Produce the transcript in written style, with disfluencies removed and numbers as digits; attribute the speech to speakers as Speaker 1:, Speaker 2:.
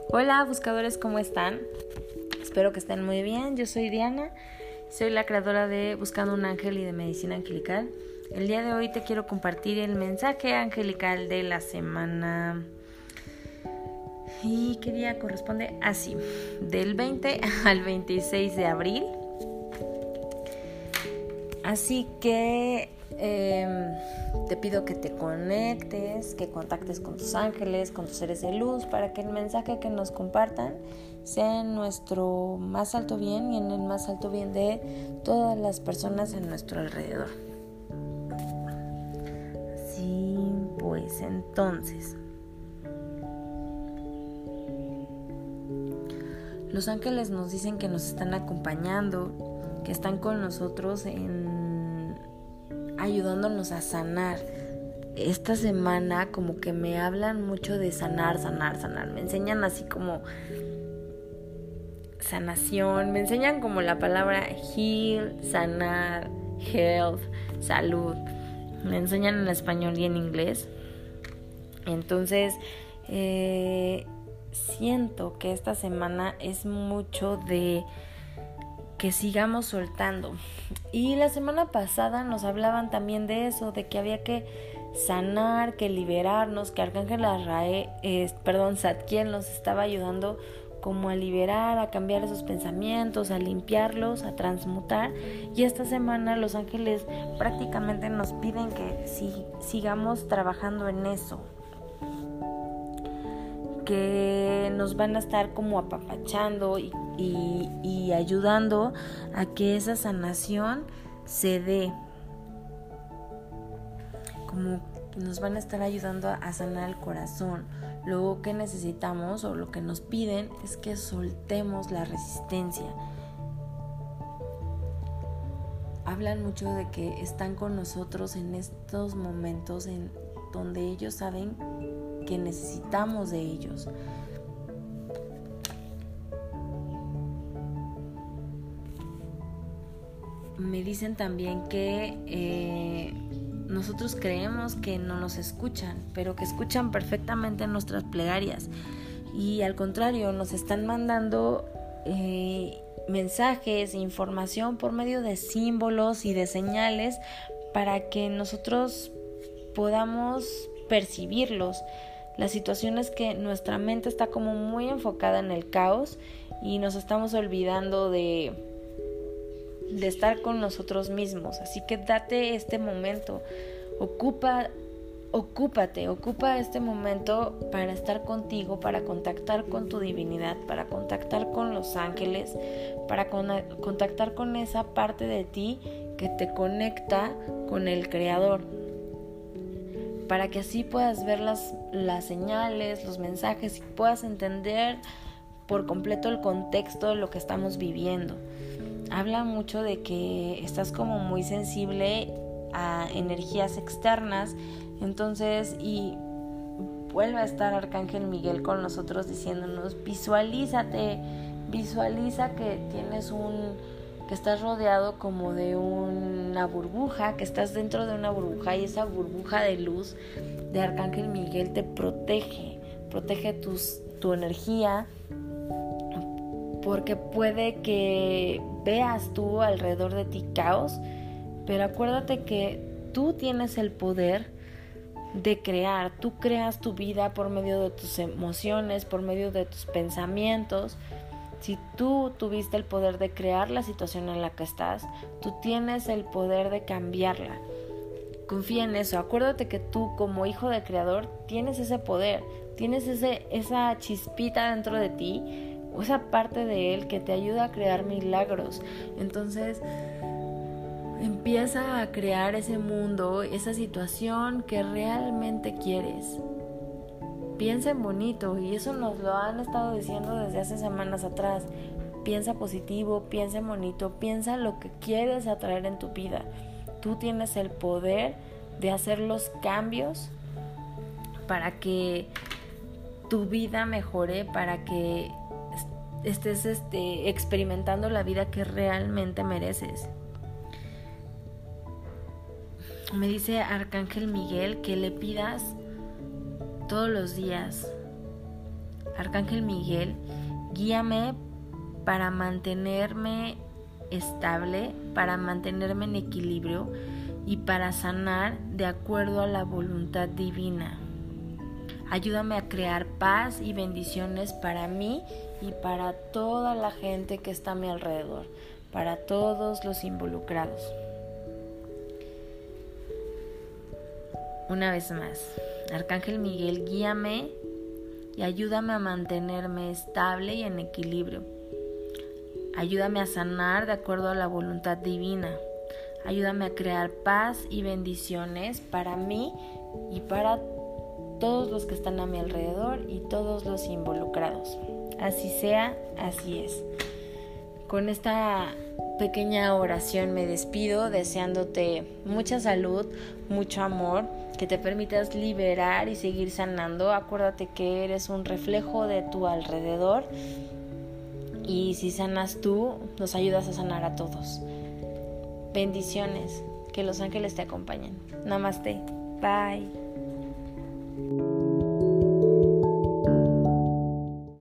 Speaker 1: Hola buscadores, ¿cómo están? Espero que estén muy bien. Yo soy Diana, soy la creadora de Buscando un Ángel y de Medicina Angelical. El día de hoy te quiero compartir el mensaje angelical de la semana. ¿Y qué día corresponde? Así, del 20 al 26 de abril. Así que te pido que te conectes, que contactes con tus ángeles, con tus seres de luz, para que el mensaje que nos compartan sea en nuestro más alto bien y en el más alto bien de todas las personas en nuestro alrededor. Sí, pues entonces, los ángeles nos dicen que nos están acompañando, que están con nosotros ayudándonos a sanar. Esta semana como que me hablan mucho de sanar. Me enseñan así como sanación, me enseñan como la palabra heal, sanar, health, salud. Me enseñan en español y en inglés. Entonces, siento que esta semana es mucho de que sigamos soltando. Y la semana pasada nos hablaban también de eso, de que había que sanar, que liberarnos, que Arcángel Zadkiel nos estaba ayudando como a liberar, a cambiar esos pensamientos, a limpiarlos, a transmutar. Y esta semana los ángeles prácticamente nos piden que sigamos trabajando en eso, que nos van a estar como apapachando y ayudando a que esa sanación se dé, como nos van a estar ayudando a sanar el corazón. Luego, que necesitamos o lo que nos piden es que soltemos la resistencia. Hablan mucho de que están con nosotros en estos momentos en donde ellos saben que necesitamos de ellos. Me dicen también que nosotros creemos que no nos escuchan, pero que escuchan perfectamente nuestras plegarias. Y al contrario, nos están mandando mensajes, información por medio de símbolos y de señales para que nosotros podamos percibirlos. La situación es que nuestra mente está como muy enfocada en el caos y nos estamos olvidando de estar con nosotros mismos. Así que date este momento, ocupa este momento para estar contigo, para contactar con tu divinidad, para contactar con los ángeles, para contactar con esa parte de ti que te conecta con el Creador, para que así puedas ver las señales, los mensajes y puedas entender por completo el contexto de lo que estamos viviendo. Habla mucho de que estás como muy sensible a energías externas, entonces, y vuelve a estar Arcángel Miguel con nosotros diciéndonos: visualiza que que estás rodeado como de una burbuja, que estás dentro de una burbuja, y esa burbuja de luz de Arcángel Miguel te protege tu energía, porque puede que veas tú alrededor de ti caos, pero acuérdate que tú tienes el poder de crear. Tú creas tu vida por medio de tus emociones, por medio de tus pensamientos. Si tú tuviste el poder de crear la situación en la que estás, tú tienes el poder de cambiarla. Confía en eso. Acuérdate que tú, como hijo del Creador, tienes ese poder, tienes esa chispita dentro de ti, o esa parte de él que te ayuda a crear milagros. Entonces, empieza a crear ese mundo, esa situación que realmente quieres. Piensa en bonito, y eso nos lo han estado diciendo desde hace semanas atrás. Piensa positivo, piensa en bonito, piensa lo que quieres atraer en tu vida. Tú tienes el poder de hacer los cambios para que tu vida mejore, para que estés experimentando la vida que realmente mereces. Me dice Arcángel Miguel que le pidas todos los días Arcángel Miguel, guíame para mantenerme estable, para mantenerme en equilibrio y para sanar de acuerdo a la voluntad divina. Ayúdame a crear paz y bendiciones para mí y para toda la gente que está a mi alrededor, para todos los involucrados. Una vez más, Arcángel Miguel, guíame y ayúdame a mantenerme estable y en equilibrio. Ayúdame a sanar de acuerdo a la voluntad divina. Ayúdame a crear paz y bendiciones para mí y para todos los que están a mi alrededor y todos los involucrados. Así sea, así es. Con esta pequeña oración me despido deseándote mucha salud, mucho amor, que te permitas liberar y seguir sanando. Acuérdate que eres un reflejo de tu alrededor y si sanas tú, nos ayudas a sanar a todos. Bendiciones, que los ángeles te acompañen. Namaste, bye.